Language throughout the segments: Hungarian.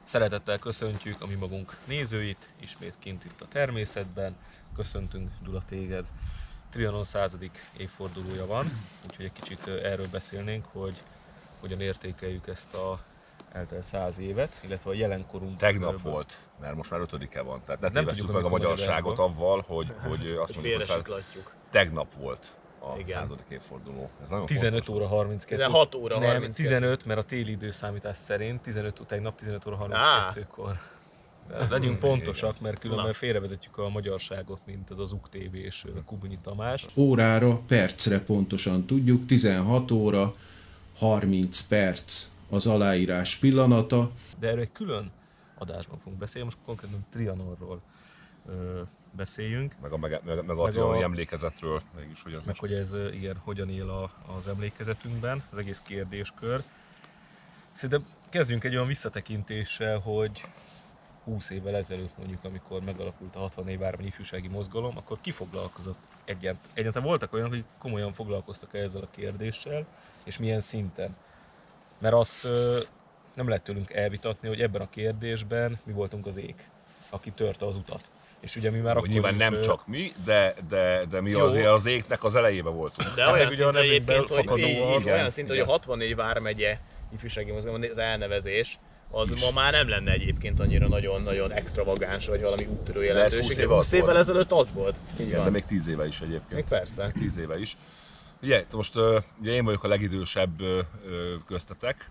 Szeretettel köszöntjük a mi magunk nézőit, ismét kint itt a természetben. Köszöntünk, Gyula, téged. Trianon 100. évfordulója van, úgyhogy egy kicsit erről beszélnénk, hogy hogyan értékeljük ezt a eltelt 100 évet, illetve a jelenkorunk. Tegnap volt, mert most már 5-e van, tehát ne tévesszük meg a magyarságot avval, hogy azt mondjuk, hogy tegnap volt a 100. évforduló. Ez nagyon 15 fontos. óra 32. 16 óra 32. Nem, 15, mert a téli időszámítás szerint tegnap 15 óra 32-kor. Legyünk pontosak, mert különben félrevezetjük a magyarságot, mint az UK TV és Kubinyi Tamás. Órára, percre pontosan tudjuk, 16 óra 30 perc az aláírás pillanata. De erről egy külön adásban fogunk beszélni, most konkrétan Trianonról beszéljünk. Meg a trianoni emlékezetről, mégis, hogy ez meg hogy ez igen, hogyan él az emlékezetünkben, az egész kérdéskör. Szerintem kezdjünk egy olyan visszatekintéssel, hogy 20 évvel ezelőtt mondjuk, amikor megalakult a 64 vármegyi ifjúsági mozgalom, akkor ki foglalkozott egyáltalán voltak olyanok, hogy komolyan foglalkoztak ezzel a kérdéssel, és milyen szinten. Mert azt nem lehet tőlünk elvitatni, hogy ebben a kérdésben mi voltunk az ég, aki törte az utat. És ugye mi már akkor nyilván is, nem csak mi, de mi azért az égnek az elejében voltunk. De olyan szinten egyébként, olyan szinten, hogy a 64 vármegye ifjúsági mozgalom, az elnevezés, az ma már nem lenne egyébként annyira nagyon extravagáns, vagy valami úttörő jelentőség. 20 évvel ezelőtt az volt. Igen, de még 10 éve is egyébként. Még persze. 10 éve is. Ugye, most ugye én vagyok a legidősebb köztetek,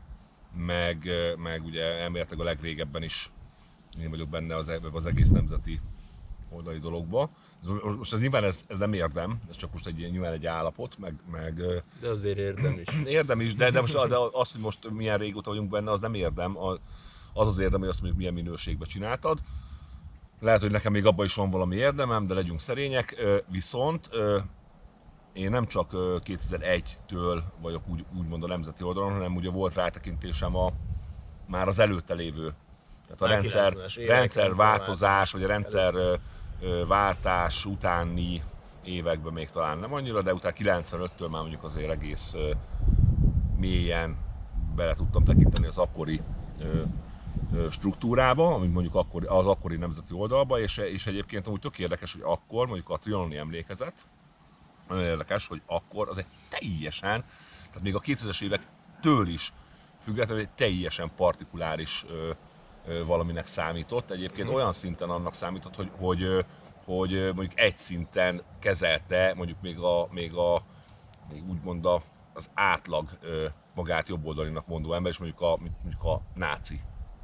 meg ugye elméletileg a legrégebben is én vagyok benne az egész nemzeti oldali dologba. Most ez nyilván ez nem érdem, ez csak most nyilván egy állapot, meg de azért érdem is. Érdem is, de az, hogy most milyen régóta vagyunk benne, az nem érdem. Az érdem, hogy azt mondjuk milyen minőségben csináltad. Lehet, hogy nekem még abban is van valami érdemem, de legyünk szerények. Viszont én nem csak 2001-től vagyok úgymond a nemzeti oldalon, hanem ugye volt rátekintésem már az előtte lévő. Tehát a rendszerváltozás, vagy a rendszerváltás utáni években még talán nem annyira, de utána 95-től már mondjuk azért egész mélyen bele tudtam tekinteni az akkori struktúrába, amit mondjuk az akkori nemzeti oldalba, és egyébként amúgy tök érdekes, hogy akkor mondjuk a trianoni emlékezet, nagyon érdekes, hogy akkor az egy teljesen, tehát még a 2000-es évektől is függetlenül egy teljesen partikuláris valaminek számított. Egyébként olyan szinten annak számított, hogy mondjuk egy szinten kezelte mondjuk még úgymond az átlag magát jobboldalinak mondó ember, és mondjuk a náci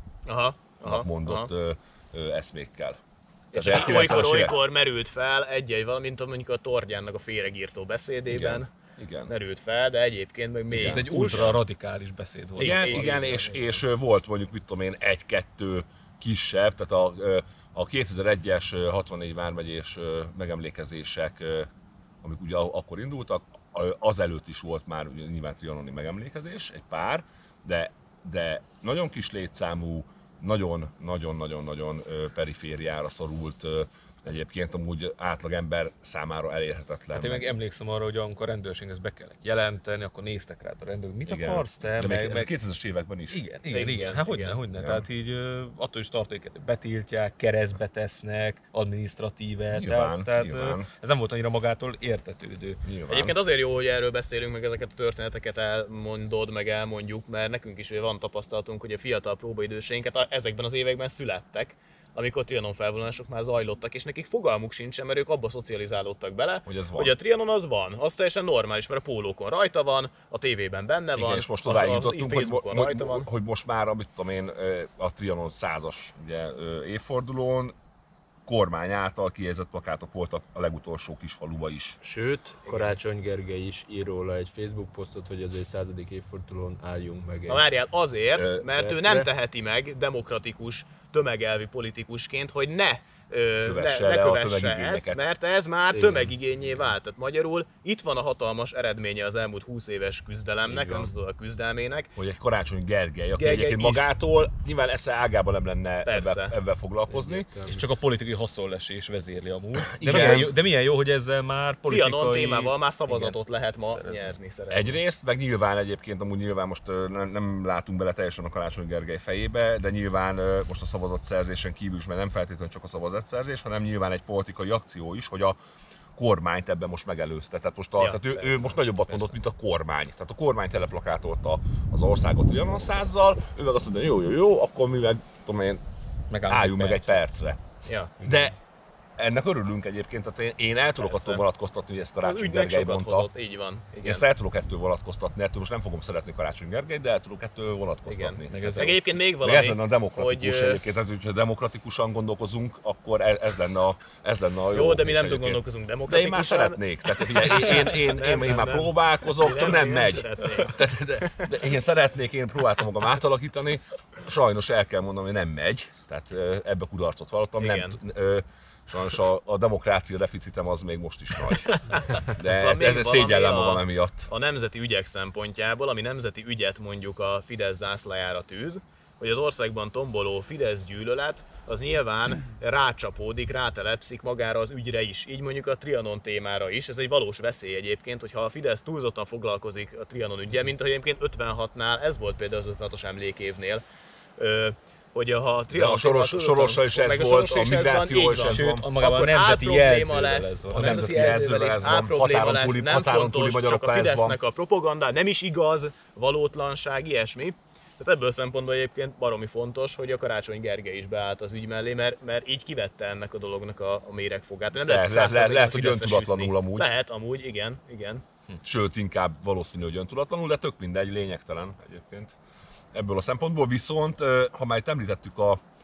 mondott eszmékkel. És olykor merült fel egy-egy valamint mondjuk a Tordjánnak a féregírtó beszédében. Igen. Merült fel, de egyébként meg még... Ez egy ultra radikális beszéd volt. Igen, és volt mondjuk, mit tudom én, egy-kettő kisebb, tehát a 2001-es 64 vármegyés megemlékezések, amik ugye akkor indultak, azelőtt is volt már ugye, nyilván trianoni megemlékezés, egy pár, de nagyon kis létszámú, nagyon-nagyon perifériára szorult, egyébként amúgy átlagember számára elérhetetlen. Hát én meg emlékszem arra, hogy amikor a rendőrségnek ezt be kellett jelenteni, akkor néztek rá a rendőrök, mit akarsz te? De meg 2000-es években is. Igen. Hát hogyne. Tehát így attól is tartok, hogy betiltják, keresztbe tesznek, adminisztratíve. Nyilván. Ez nem volt annyira magától értetődő. Nyilván. Egyébként azért jó, hogy erről beszélünk, meg ezeket a történeteket elmondjuk, mert nekünk is van tapasztalatunk, hogy a fiatal próbaidőseinket ezekben az években születtek, amikor trianon felvonulások már zajlottak, és nekik fogalmuk sincsen, mert ők abba szocializálódtak bele, hogy a trianon az van, az teljesen normális, mert a pólókon rajta van, a tévében benne van, és most odáig jutottunk, hogy most már, amit tudom én, a trianon 100-as évfordulón kormány által kihelyezett plakátok voltak a legutolsó kis faluba is. Sőt, Karácsony Gergely is ír róla egy Facebook posztot, hogy az ő 100. évfordulón álljunk meg. Na várjál, azért, mert ő nem teheti meg demokratikus, tömegelvű politikusként, hogy ne kövesse le a kövesse ezt, tömegigényeket. mert ez már Igen. tömegigényé vált. Tehát magyarul itt van a hatalmas eredménye az elmúlt 20 éves küzdelemnek, Igen. nem a küzdelmének. Hogy egy Karácsony Gergely, aki Gergely egyébként is. magától nyilván esze ágában nem lenne Persze. ebben foglalkozni. Egyértelmű. És csak a politikai haszonlesés vezérli amúgy. Igen. De milyen jó, hogy ezzel már politikai... Trianon témával már szavazatot lehet ma Szerezni. nyerni, szerezni. Egyrészt, meg nyilván egyébként, amúgy nyilván most nem látunk bele teljesen a Karácsony Gergely fejébe, de nyilván most a szavazatszerzésen kívül is, mert nem feltétlenül csak a szavazatszerzés, hanem nyilván egy politikai akció is, hogy a kormányt ebben most megelőzte. Tehát, most tehát ő persze, most nagyobbat mondott, mint a kormány. Tehát a kormány teleplakátolta az országot Trianon 100-zal, ő meg azt mondja, jó, akkor mi meg, tudom én, álljunk meg egy percre. Ja. De ennek örülünk egyébként, tehát én el tudok Persze. attól vonatkoztatni, hogy ezt Az Karácsony ügynek Gergely sokat mondta. hozott, így van. Én Igen. ezt el tudok ettől vonatkoztatni, ettől most nem fogom szeretni Karácsony Gergelyt, de el tudok ettől vonatkoztatni. Meg ez Meg egyébként még Meg ez valami, lenne a demokratikus hogy, egyébként, tehát hogyha demokratikusan gondolkozunk, akkor ez lenne a jó, de mi és nem egyébként- gondolkozunk De én demokratikusan. már szeretnék, tehát én már nem. próbálkozok, csak nem megy. szeretnék. De én szeretnék, én próbáltam magam átalakítani, sajnos el kell mondanom, hogy nem megy, tehát ebbe kudarcot vallottam, Igen. sajnos a demokrácia deficitem az még most is nagy. De, Szóval még de szégyellem valami magam emiatt. A nemzeti ügyek szempontjából, ami nemzeti ügyet mondjuk a Fidesz zászlajára tűz, hogy az országban tomboló Fidesz gyűlölet, az nyilván rácsapódik, rátelepszik magára az ügyre is, így mondjuk a Trianon témára is. Ez egy valós veszély egyébként, hogyha a Fidesz túlzottan foglalkozik a Trianon üggyel, mint ahogy egyébként 56-nál, ez volt például az 56-os emlékévnél, hogy ha a De Trianon a Sorossal is ez volt, a migráció is ez Sőt, van. magában a akkor nemzeti probléma jelzővel lesz, ez van. a nemzeti jelzővel is probléma lesz, nem határon túli fontos, csak magyarokkal a ez van. Fidesznek a propaganda, nem is igaz, valótlanság, ilyesmi. Tehát ebből szempontból egyébként baromi fontos, hogy a Karácsony Gergely is beállt az ügy mellé, mert így kivette ennek a dolognak a méregfogát. Nem Lehet, 100%-ban hogy Fideszes öntudatlanul üzni. amúgy. Lehet amúgy, igen. Sőt, inkább valószínű, hogy öntudatlanul, de tök mindegy, lényegtelen egyébként. Ebből a szempontból viszont, ha már itt említettük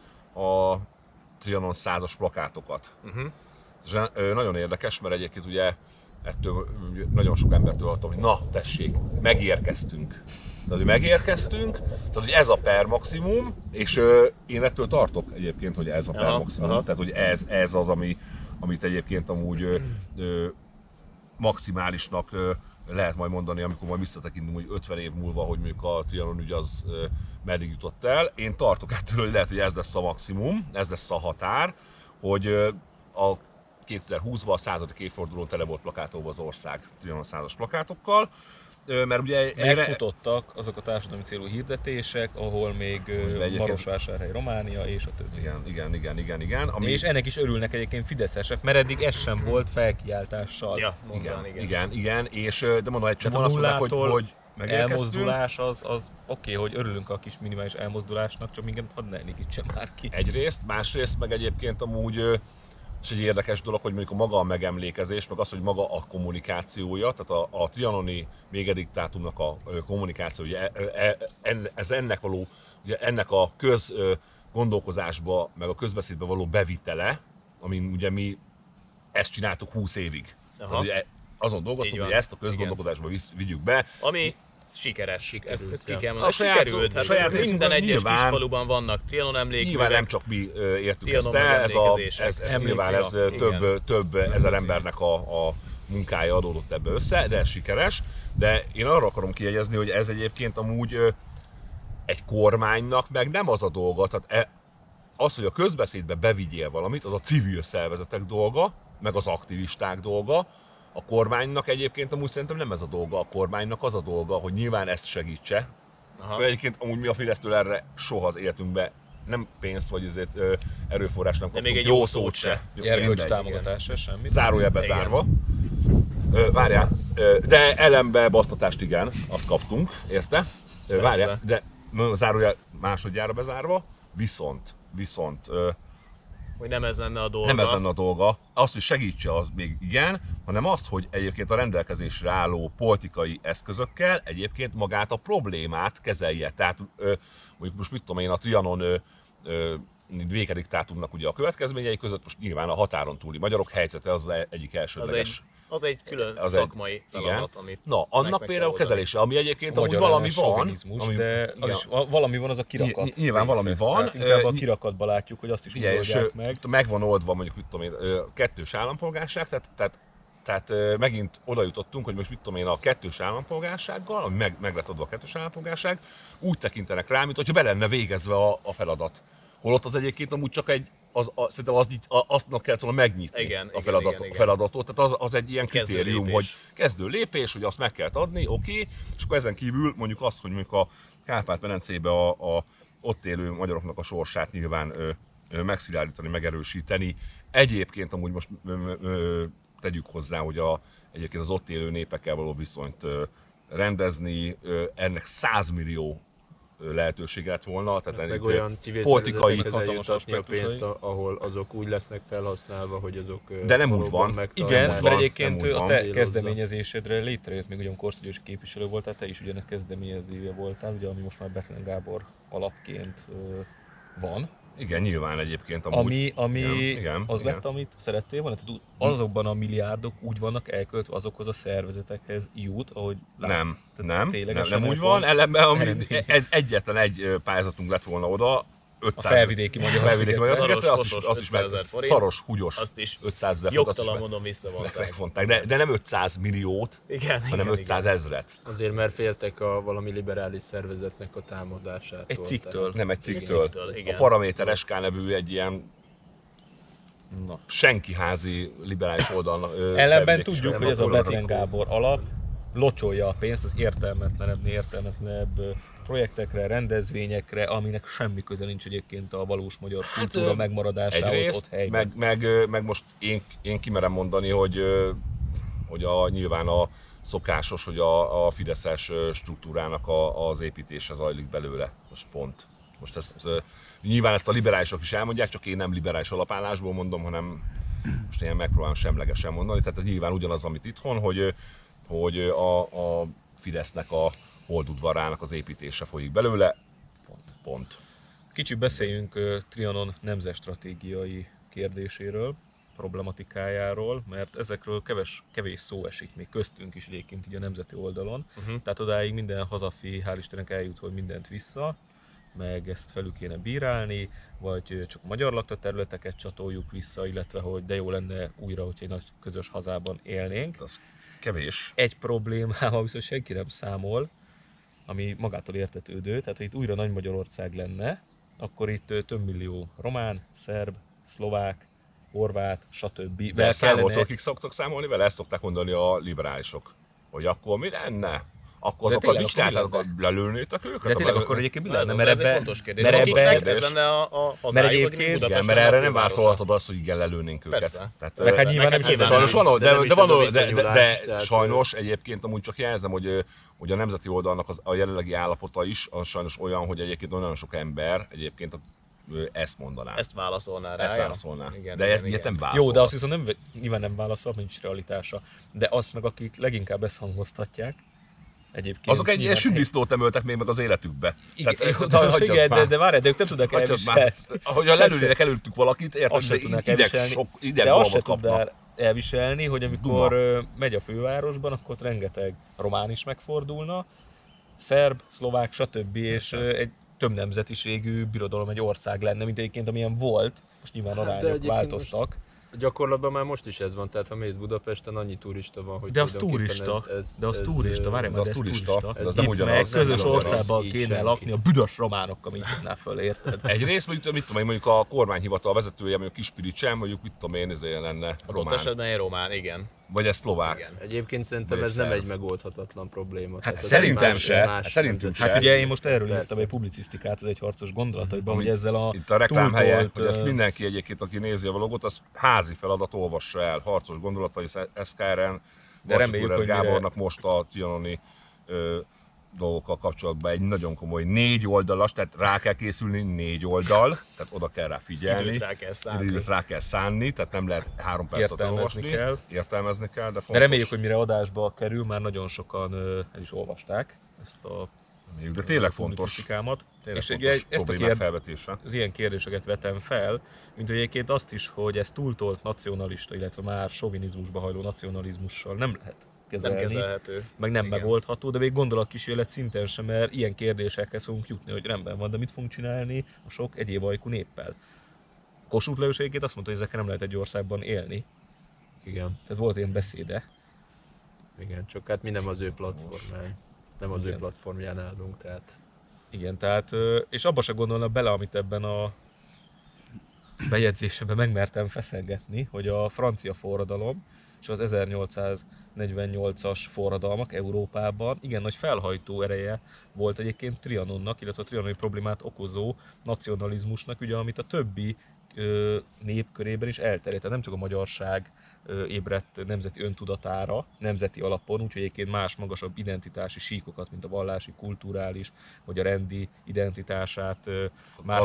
a Trianon 100-as plakátokat, ez nagyon érdekes, mert egyébként ugye ettől nagyon sok embertől hallottam, hogy na tessék, megérkeztünk. Tehát, hogy megérkeztünk, tehát, hogy ez a per maximum, és én ettől tartok egyébként, hogy ez a per maximum, aha. tehát, hogy ez az, amit egyébként amúgy maximálisnak lehet majd mondani, amikor majd visszatekintünk, hogy 50 év múlva, hogy mondjuk a Trianon ügy az meddig jutott el. Én tartok ettől, hogy lehet, hogy ez lesz a maximum, ez lesz a határ, hogy a 2020-ban a 100. évfordulón tele volt plakátolva az ország Trianon 100-as plakátokkal, mert ugye Megfutottak azok a társadalmi célú hirdetések, ahol még egyébként- Marosvásárhely, Románia és a többi. Igen. És ennek is örülnek egyébként fideszesek, mert eddig ez sem volt felkiáltással. Ja, mondván, igen, és de mondom, egy csomóan azt mondják, nullától hogy megérkeztünk. elmozdulás az oké, hogy örülünk a kis minimális elmozdulásnak, csak minket hadd ne elégítsen már ki. Egyrészt, másrészt meg egyébként amúgy és egy érdekes dolog, hogy mondjuk a maga a megemlékezés, meg az, hogy maga a kommunikációja, tehát a trianoni végediktátumnak a kommunikáció, ugye ez ennek való, ugye ennek a közgondolkozásba, meg a közbeszédbe való bevitele, amin ugye mi ezt csináltuk 20 évig. Tehát, ugye azon dolgoztunk, hogy ezt a közgondolkozásba vigyük be. Ami sikeres, ezt ki kell A mondani. saját- Sikerült, hát saját minden részünkben egyes nyilván- kisfaluban vannak Trianon emlékművek. Nyilván nem csak mi értük Trianon ezt el, ez megemlékezések. nyilván ez Igen. több ezer embernek a munkája adódott ebbe össze, de ez sikeres. De én arra akarom kiegyezni, hogy ez egyébként amúgy egy kormánynak meg nem az a dolga, tehát az, hogy a közbeszédbe bevigyél valamit, az a civil szervezetek dolga, meg az aktivisták dolga. A kormánynak egyébként amúgy szerintem nem ez a dolga, a kormánynak az a dolga, hogy nyilván ezt segítse. Egyébként amúgy mi a Fidesztől erre soha az életünkbe nem pénzt vagy ezért erőforrás nem De kaptunk, még egy jó szót se. Erkölcs támogatásra semmit. Zárója bezárva. Várjál, de ellenbe basztatást igen, azt kaptunk, érte? Várjál, de zárója másodjára bezárva, viszont hogy nem ez lenne a dolga. nem ez lenne a dolga. Az, hogy segítse, az még igen, hanem az, hogy egyébként a rendelkezésre álló politikai eszközökkel egyébként magát a problémát kezelje. Tehát mondjuk most mit tudom én, a Trianon békediktátumnak ugye a következményei között most nyilván a határon túli magyarok helyzete az egyik elsődleges Az egy külön Az szakmai feladat, igen. amit Na, annak meg például kell kezelése, ami egyébként amúgy Magyar valami ellenes van. sovinizmus, Ami, de az is, valami van, az a kirakat. Nyilván valami van. Tehát inkább a kirakatban látjuk, hogy azt is úgy oldják meg. Meg van oldva mondjuk, mit tudom én, kettős állampolgárság, tehát megint oda jutottunk, hogy most mit tudom én, a kettős állampolgársággal, ami meg lett adva a kettős állampolgárság, úgy tekintenek rá, mint hogyha be lenne végezve a feladat. Holott az egyébként amúgy csak egy, szerintem aztnak kellett volna megnyitni a feladatot, tehát az egy ilyen kritérium, hogy kezdő lépés, hogy azt meg kell adni, oké, és akkor ezen kívül mondjuk azt, hogy mondjuk a Kárpát-medencébe a ott élő magyaroknak a sorsát nyilván megszilárdítani, megerősíteni. Egyébként amúgy most tegyük hozzá, hogy egyébként az ott élő népekkel való viszonyt rendezni, ennek 100 millió lehetőség lett volna. Tehát meg olyan civil politikai szervezetekhez eljutatni a pénzt, ahol azok úgy lesznek felhasználva, hogy azok de nem úgy van. Igen, mert egyébként nem úgy a van. te kezdeményezésedre létrejött, még ugyan Korszegyős képviselő voltál, te is ugyanek kezdeményezője voltál, ugye, ami most már Bethlen Gábor alapként van. Igen, nyilván egyébként amúgy. Ami igen, az igen. lett, amit szerettél volna? Tehát azokban a milliárdok úgy vannak elköltve azokhoz a szervezetekhez jut, ahogy Nem ténylegesen úgy van, ellenben egyetlen egy pályázatunk lett volna oda, 500, a felvidéki magyar szigetre, azt is meg szaros, húgyos, azt is 500 000 jogtalan mondom visszavonták. megfonták, de nem 500 milliót, hanem 500 000. Azért, mert féltek a valami liberális szervezetnek a támadásától. Egy cikktől. Nem egy cikktől. Igen. A Paraméter SK nevű egy ilyen senkiházi liberális oldalnak. Ellenben tudjuk, hogy ez a Bethlen Gábor alap locsolja a pénzt az értelmetlenebb projektekre, rendezvényekre, aminek semmi köze nincs egyébként a valós magyar kultúra megmaradásához ott helyben. Meg most én kimerem mondani, hogy nyilván a szokásos, hogy a fideszes struktúrának az építése zajlik belőle. Most ezt nyilván ezt a liberálisok is elmondják, csak én nem liberális alapállásból mondom, hanem most én megpróbálom semlegesen mondani. Tehát ez nyilván ugyanaz, amit itthon, hogy a Fidesznek a holdudvarának az építése folyik belőle. Pont. Kicsit beszéljünk Trianon nemzetstratégiai kérdéséről, problematikájáról, mert ezekről kevés szó esik még köztünk is egyébként így a nemzeti oldalon. Tehát odáig minden hazafi, hál' Istennek eljut, hogy mindent vissza, meg ezt felül kéne bírálni, vagy csak magyar lakta területeket csatoljuk vissza, illetve hogy de jó lenne újra, hogy egy nagy közös hazában élnénk. Az kevés. Egy problémával viszont senki nem számol, ami magától értetődő, tehát ha itt újra Nagy Magyarország lenne, akkor itt több millió román, szerb, szlovák, horvát, stb. De számoltól kik szoktak számolni vele? Ezt szokták mondani a liberálisok, hogy akkor mi lenne? Akkor azokat listákat lelőnétek őket? De tényleg akkor egyébként mi lenne? Ez egy fontos kérdés. Akiknek ez lenne a hazájuk, vagy Budapesten. Mert erre nem válaszolhatod azt, hogy igen, lelőnénk őket. Persze. Meg hát nyilván nem Sajnos van, de is sajnos egyébként amúgy csak jelzem, hogy a nemzeti oldalnak a jelenlegi állapota is az sajnos olyan, hogy egyébként nagyon sok ember egyébként ezt mondaná. Ezt válaszolná rá. Ezt válaszolná. Igen, de ez ilyet nem válaszol. Jó, de azt viszont nyilván nem válaszol, nincs realitása. De azt meg, akik leginkább ezt hangoztatják, egyébként. Azok egy ilyen sündisznót emeltek még meg az életükbe. Igen, de várj, de ők nem tudnak elviselni. Ahogy lelőnének előttük valakit, érted, de azt se tudnál elviselni, hogy amikor megy a fővárosban, akkor ott rengeteg román is megfordulna, szerb, szlovák, stb. És egy több nemzetiségű birodalom, egy ország lenne, mint egyébként amilyen volt. Most nyilván arányok változtak. Gyakorlatban már most is ez van, tehát ha mész Budapesten, annyi turista van, hogy de az turista, várj meg, de az turista. Itt meg közös országban kéne lakni a büdös románokkal, mint tudnál föl, érted? Egyrészt, mondjuk a kormányhivatal vezetője, mondjuk Kispiricsen, mondjuk mit tudom én, ezért lenne román. Ott esetben egy román, igen. Vagy ez szlovák. Igen. Egyébként szerintem ez nem egy megoldhatatlan probléma. Hát szerintem se. Hát ugye én most erről írtam egy publicisztikát az Egy harcos gondolataiban, hogy ezzel a itt a reklám helye, hogy ezt mindenki egyébként, aki nézi a vlogot, az házi feladat, olvassa el. Harcos gondolatai SKRN, de reméljük, hogy Gábornak most a trianoni dolgokkal kapcsolatban egy nagyon komoly 4 oldalas, tehát rá kell készülni 4 oldal, tehát oda kell rá figyelni, időt rá kell szánni, tehát nem lehet 3 percet olvasni, értelmezni kell, de fontos. De reméljük, hogy mire adásba kerül, már nagyon sokan el is olvasták ezt a De tényleg fontos. publicisztikámat. Tényleg És fontos ugye ezt a problémák felvetése. az ilyen kérdéseket vetem fel, mint hogy egyébként azt is, hogy ez túltolt nacionalista, illetve már sovinizmusba hajló nacionalizmussal nem lehet kezelni, Nem kezelhető. meg nem Igen. megoldható, de még gondolatkísérlet szinten sem, mert ilyen kérdésekhez fogunk jutni, hogy rendben van, de mit fogunk csinálni a sok egyéb ajkú néppel. Kossuth Lajos egyébként azt mondta, hogy ezekkel nem lehet egy országban élni. Igen, Tehát volt ilyen beszéde. igen, csak hát mi nem az ő platformján, nem az ő Igen. platformján állunk, tehát Igen, tehát, és abba se gondolna bele, amit ebben a bejegyzésemben megmertem feszegetni, hogy a francia forradalom és az 1848-as forradalmak Európában igen nagy felhajtó ereje volt egyébként Trianonnak, illetve a trianoni problémát okozó nacionalizmusnak, ugye, amit a többi nép körében is elterjedt. Tehát nem csak a magyarság ébredt nemzeti öntudatára, nemzeti alapon, úgyhogy egyébként más magasabb identitási síkokat, mint a vallási, kulturális vagy a rendi identitását már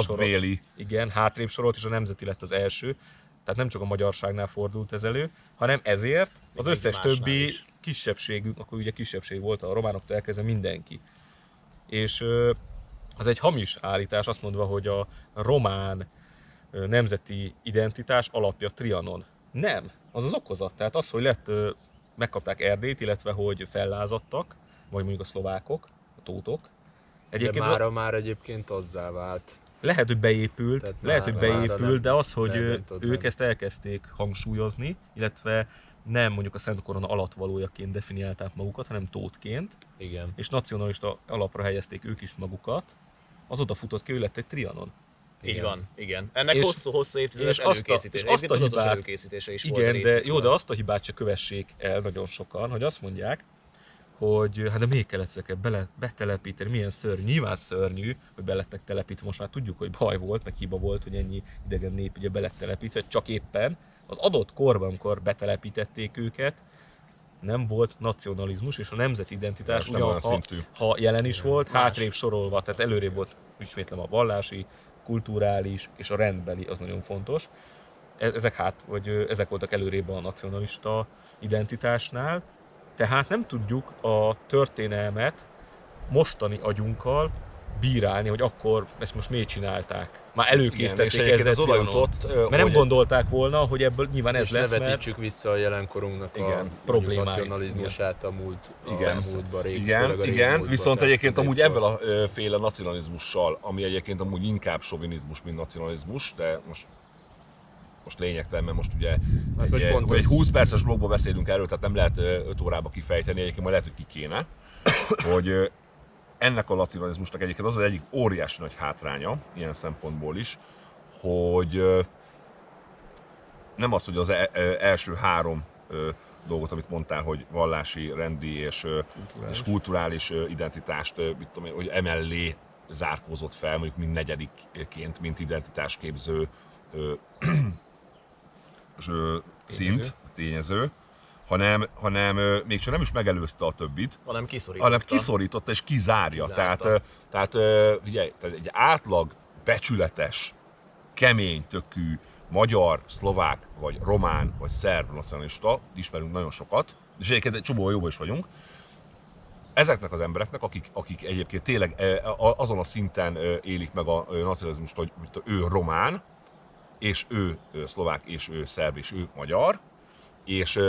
hátrébb sorolt, és a nemzeti lett az első. Tehát nem csak a magyarságnál fordult ez elő, hanem ezért az összes másnál többi is. kisebbségünk, akkor ugye kisebbség volt a románoktól elkezdve mindenki. És az egy hamis állítás, azt mondva, hogy a román nemzeti identitás alapja Trianon. Nem, az az okozat. Tehát az, hogy megkapták Erdélyt, illetve hogy fellázadtak, vagy mondjuk a szlovákok, a tótok. de mára már egyébként azzá vált. Lehet, hogy beépült, Tehát de az, hogy nehezen tudod ők meg. ezt elkezdték hangsúlyozni, illetve nem mondjuk a Szent Korona alattvalójaként definiálták magukat, hanem tótként, Igen. és nacionalista alapra helyezték ők is magukat, az oda futott ki, hogy lett egy Trianon. Így Igen. van, igen. Ennek És- hosszú évtizedes és azt a- előkészítése. és azt a Egyébként tudatos hibát- előkészítése is volt a Igen, de részükről. jó, de azt a hibát se kövessék el nagyon sokan, hogy azt mondják, hogy hát de miért kellett ezeket betelepíteni, milyen szörnyű, nyilván szörnyű, hogy belettek telepítve, most már tudjuk, hogy baj volt, meg hiba volt, hogy ennyi idegen nép ugye belett telepítve, csak éppen az adott korban, amikor betelepítették őket, nem volt nacionalizmus, és a nemzeti identitás Nem olyan ugyan, szintű. ha jelen is volt, Más. hátrébb sorolva, tehát előrébb volt, ismétlem, a vallási, kulturális és a rendbeli, az nagyon fontos. Ezek voltak előrébb a nacionalista identitásnál, tehát nem tudjuk a történelmet mostani agyunkkal bírálni, hogy akkor ezt most miért csinálták. Már Igen, és előkészítették egyébként ezzel az oda Trianont. jutott, Mert nem gondolták volna, hogy ebből nyilván ez És lesz, ne mert vetítsük vissza a jelenkorunknak Igen, a problémáit. nacionalizmusát a Igen. múltba, Igen, igen, viszont egyébként amúgy ebből ezzel a féle nacionalizmussal, ami egyébként amúgy inkább sovinizmus, mint nacionalizmus, de most lényegtelen, mert most ugye most pont egy 20 perces blogban beszélünk erről, tehát nem lehet 5 órába kifejteni, egyébként majd lehet, hogy ki kéne, hogy ennek a nacionalizmusnak egyébként az az egyik óriási nagy hátránya, ilyen szempontból is, hogy nem az, hogy az első 3 dolgot, amit mondtál, hogy vallási, rendi és kulturális identitást, mit tudom én, hogy emellé zárkózott fel, mondjuk mint negyedikként, mint identitásképző szint, tényező, hanem még csak nem is megelőzte a többit, hanem kiszorította és kizárja. Kizárta. Tehát figyelj, tehát egy átlag becsületes, kemény tökű magyar, szlovák, vagy román, vagy szerb nacionalista, ismerünk nagyon sokat, és egyébként egy csomó jóban is vagyunk, ezeknek az embereknek, akik egyébként tényleg azon a szinten élik meg a nacionalizmust, hogy ő román, és ő szlovák, és ő szerb, és ő magyar, és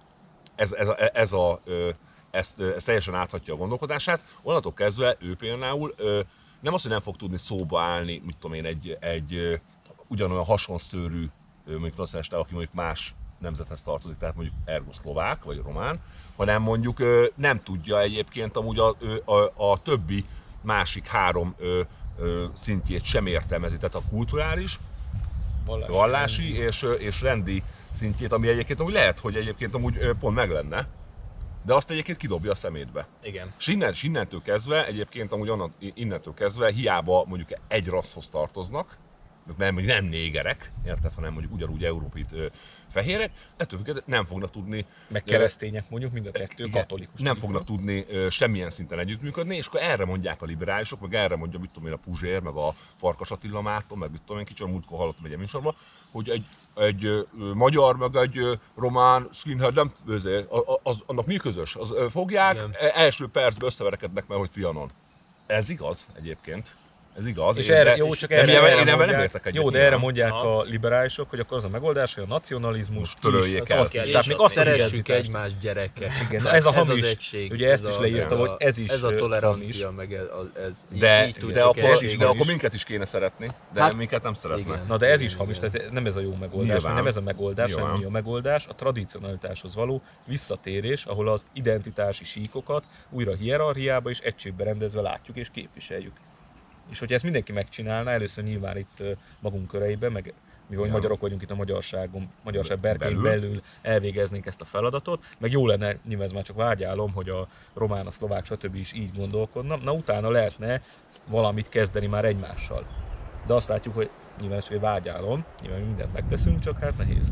ez teljesen áthatja a gondolkodását. Onnantól kezdve ő például nem az, hogy nem fog tudni szóba állni, mit tudom én, egy ugyanolyan hasonszőrű mondjuk nacionalista, aki mondjuk más nemzethez tartozik, tehát mondjuk ergo szlovák vagy román, hanem mondjuk nem tudja egyébként amúgy a többi másik 3 szintjét sem értelmezi, tehát a kulturális, vallási és rendi szintjét, ami egyébként amúgy lehet, hogy egyébként amúgy pont meg lenne, de azt egyébként kidobja a szemétbe. Igen. És innentől kezdve, egyébként amúgy innentől kezdve hiába mondjuk egy rasszhoz tartoznak, mert mondjuk nem négerek, érted, hanem mondjuk ugyanúgy európai fehérek, ettől függetlenül nem fognak tudni... meg keresztények mondjuk, mind a kettő igen, katolikus. nem fognak tudni semmilyen szinten együttműködni, és akkor erre mondják a liberálisok, meg erre mondja, mit tudom én, a Puzsér, meg a Farkas Attila Márton, meg mit tudom én, kicsit múltkor hallottam egy műsorban, hogy egy magyar, meg egy román skinhead, nem, annak mi közös? Fogják, igen. első percben összeverekednek meg, hogy Trianon. Ez igaz egyébként. Ez igaz. És Én- erre, de- jó, csak de erre, én ebben nem mondják, értek egyet. jó, de nyilván. erre mondják Aha. a liberálisok, hogy akkor az a megoldás, hogy a nacionalizmus Most töröljék is, el. azt is, És tehát még a- azt is Szeretjük egyesítés. egymást, gyerekek. Igen, Tehát ez a az hamis, egység, ugye ezt is leírta, hogy ez is ez a hamis. tolerancia, meg ez De, így de, tudjuk akkor, elségezni. de akkor minket is kéne szeretni, de Hát, minket nem szeretnek. igen. Na de ez is Igen, hamis, igen. tehát nem ez a jó megoldás, Nyilván. vagy nem ez a megoldás, hanem Nyilván. mi a megoldás, a tradicionalitáshoz való visszatérés, ahol az identitási síkokat újra hierarchiába és egységbe rendezve látjuk és képviseljük. És hogyha ezt mindenki megcsinálná, először nyilván itt magunk köreiben, meg mi vagy Ja. magyarok vagyunk itt a magyarság berkein Belül. belül elvégeznénk ezt a feladatot, meg jó lenne, nyilván ez már csak vágyálom, hogy a román, a szlovák, stb. Is így gondolkodna, na utána lehetne valamit kezdeni már egymással. De azt látjuk, hogy nyilván ez csak egy vágyálom, nyilván mi mindent megteszünk, csak hát nehéz.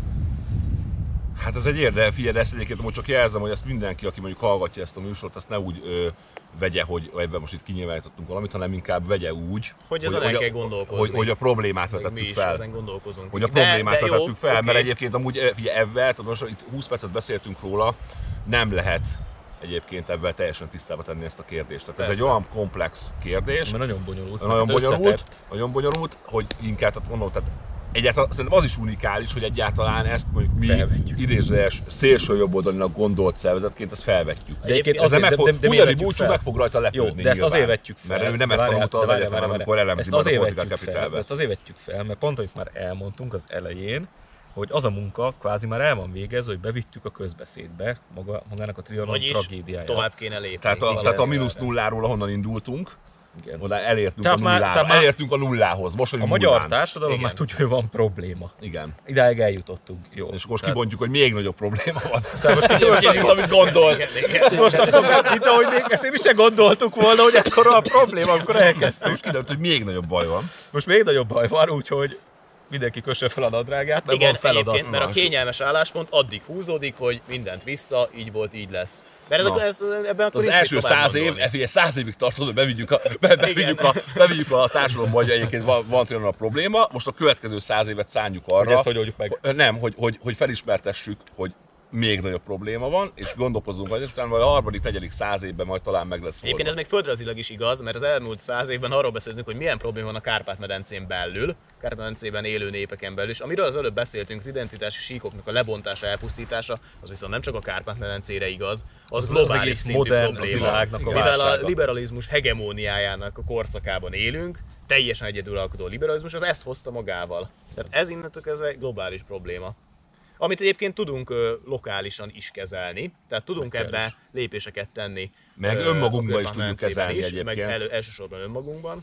Hát ez egy érdekes, figyelj, de ezt egyébként most csak jelzem, hogy ezt mindenki, aki mondjuk hallgatja ezt a műsort, azt ne úgy vegye, hogy ebben most itt kinyilvánítottunk valamit, hanem inkább vegye úgy, Hogy ezen el kell gondolkozni. hogy a problémát Meg mi vetettük is fel. ezen gondolkozunk. Hogy a De problémát jó, vetettük fel, oké. mert egyébként amúgy, figyelj, ebben, tehát most itt 20 percet beszéltünk róla, nem lehet egyébként ebben teljesen tisztába tenni ezt a kérdést. Tehát ez Persze. egy olyan komplex kérdés, Mert nagyon bonyolult. nagyon tehát bonyolult, összetett. nagyon bonyolult, hogy inkább, tehát mondom, tehát egyáltalán szerintem az is unikális, hogy egyáltalán ezt mondjuk mi Felvetjük. idézőjeles szélső jobboldalinak gondolt szervezetként, ezt felvetjük. De egyébként Ezzel azért, meg fog, miért Hunyadi vetjük Búcsú fel? meg fog rajta Jó, lepődni. de ezt azért nyilván. vetjük fel. Mert ő nem ezt Várjál, tanulta az várjál, egyetemen, várjál, amikor elemzi ezt majd a azért Political vetjük fel, Capitalbe. ezt azért vetjük fel, mert pont, amit már elmondtunk az elején, hogy az a munka kvázi már el van végezve, hogy bevittük a közbeszédbe magának a Trianon Vagyis tragédiáját. tovább kéne lépni. Tehát a mínusz nulláról, ahonnan indultunk, Igen. oda elértünk Tehát a már- nullára. tehát már- Elértünk a nullához. Most A vagyunk magyar nullán. társadalom Igen. már tudja, hogy van probléma. Igen. Idáig eljutottunk. Jó. És most Tehát- kibontjuk, hogy még nagyobb probléma van. Tehát most mint amit gondolt. Most akkor, mint ahogy még, ezt még mi sem gondoltuk volna, hogy ekkor a probléma, amikor elkezdtünk. Most kiderült, hogy még nagyobb baj van. Most még nagyobb baj van, úgyhogy mindenki kösse fel a nadrágát, mert Igen, van feladat. egyébként, mert a kényelmes álláspont addig húzódik, hogy mindent vissza, így volt, így lesz. Mert Na. ebben akkor Az nincs első mit tovább 100 év, gondolni. figyelj, 100 évig tartott, hogy bevigyük a társadalomba, hogy egyébként van tényleg a probléma. Most a következő 100 évet szánjuk Hogy arra, ezt hogy oldjuk meg. nem, hogy felismertessük, hogy még nagyobb probléma van, és gondolkozunk rajta, és utána majd a harmadik, negyedik 100 évben majd talán meg lesz Egyébként ez még földrajzilag is igaz, mert az elmúlt 100 évben arról beszéltünk, hogy milyen probléma van a Kárpát-medencén belül, Kárpát-medencében élő népeken belül, és amiről az előbb beszéltünk, az identitási síkoknak a lebontása, elpusztítása, az viszont nem csak a Kárpát-medencére igaz, az Az globális egész szintű modern probléma. világnak a Mivel a válsága. liberalizmus hegemóniájának a korszakában élünk, teljesen egyedülalkotó liberalizmus, az ezt hozta magával. Tehát ez innentől kezdve egy globális probléma. Amit egyébként tudunk lokálisan is kezelni, tehát tudunk Meg kell ebbe is. lépéseket tenni. Meg ö, önmagunkba a is tudjuk Kárpát-medencében kezelni meg egyébként. elsősorban önmagunkban.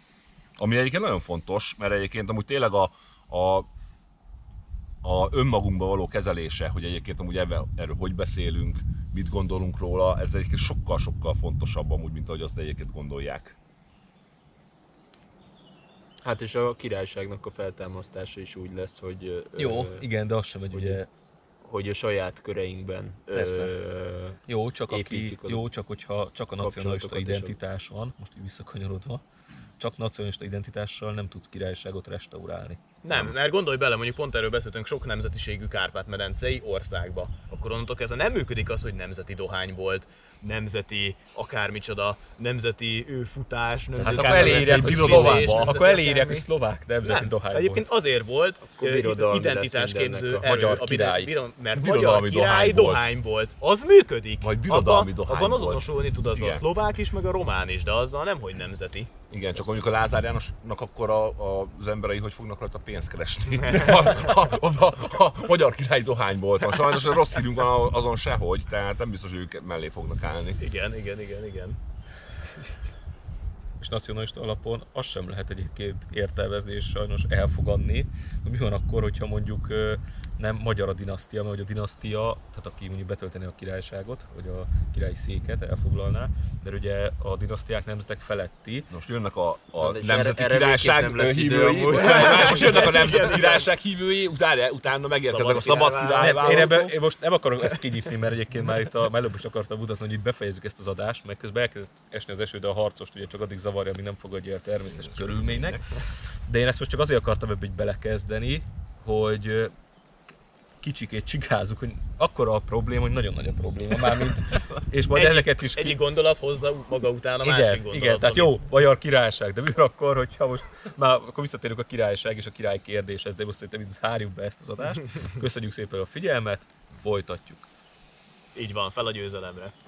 Ami egyébként nagyon fontos, mert egyébként amúgy tényleg a önmagunkba való kezelése, hogy egyébként amúgy erről hogy beszélünk, mit gondolunk róla, ez egyébként sokkal-sokkal fontosabb amúgy, mint ahogy azt egyébként gondolják. Hát és a királyságnak a feltámasztása is úgy lesz, hogy Jó, igen, de az sem egy ugye... hogy a saját köreinkben Persze. Jó, csak építjük az csak hogyha csak a nacionalista kapcsolatokat és a- identitás van, most így visszakanyarodva, csak nacionalista identitással nem tudsz királyságot restaurálni. Nem, mert gondolj bele, mondjuk pont erről beszéltünk sok nemzetiségű Kárpát-medencei országba. Akkor onnantól kezdve nem működik az, hogy nemzeti dohány volt, nemzeti akármicsoda, nemzeti futás, nemzeti Hát akkor elírják, hogy birodalom, szlovák, nemzeti akkor elírják, akármi. hogy szlovák nemzeti Nem, dohány egyébként volt. azért volt Akkor birodalmi lesz identitásképző mindennek a magyar erő, király. mert Birodalmi magyar király dohány volt. dohány volt. Az működik. Vagy birodalmi dohány abban volt. azonosulni tud azzal a Igen. szlovák is, meg a román is, de azzal nem, hogy nemzeti. Igen, csak mondjuk a Lázár Jánosnak akkor az emberei hogy fognak rajta pénzt keresni. A magyar király dohányból van. Sajnos a rossz hírünk van azon sehogy, tehát nem biztos, hogy ők mellé fognak állni. Igen. És nacionalista alapon azt sem lehet egyébként értelmezni és sajnos elfogadni, hogy mi van akkor, hogyha mondjuk nem magyar a dinasztia, mert hogy a dinasztia, tehát aki mondjuk betölteni a királyságot, vagy a királyi széket elfoglalná, de ugye a dinasztiák nemzetek feletti. Most jönnek a Na, de és nemzeti erre királyság végképp nem lesz idő hívői, amúgy. most jönnek a nemzeti királyság hívői, utána megérkeznek a szabad Szabad király Nem, én választók. én most nem akarom ezt kinyitni, mert egyébként már itt már előbb is akartam mutatni, hogy itt befejezzük ezt az adást, meg közben elkezd esni az eső, de a harcost ugye csak addig zavarja, amíg nem fogadja el természetes körülménynek. De én ezt most csak azért akartam ebbe így belekezdeni, hogy kicsikét csigázunk, hogy akkora a probléma, hogy nagyon nagy a probléma mármint, és majd ezeket is Egyik gondolat hozza maga után a másik gondolatot. Igen, tehát jó, Magyar Királyság, de mi van akkor, hogyha most már akkor visszatérünk a királyság és a király kérdéshez, de most szerintem itt zárjuk be ezt az adást. Köszönjük szépen a figyelmet, folytatjuk. Így van, fel a győzelemre.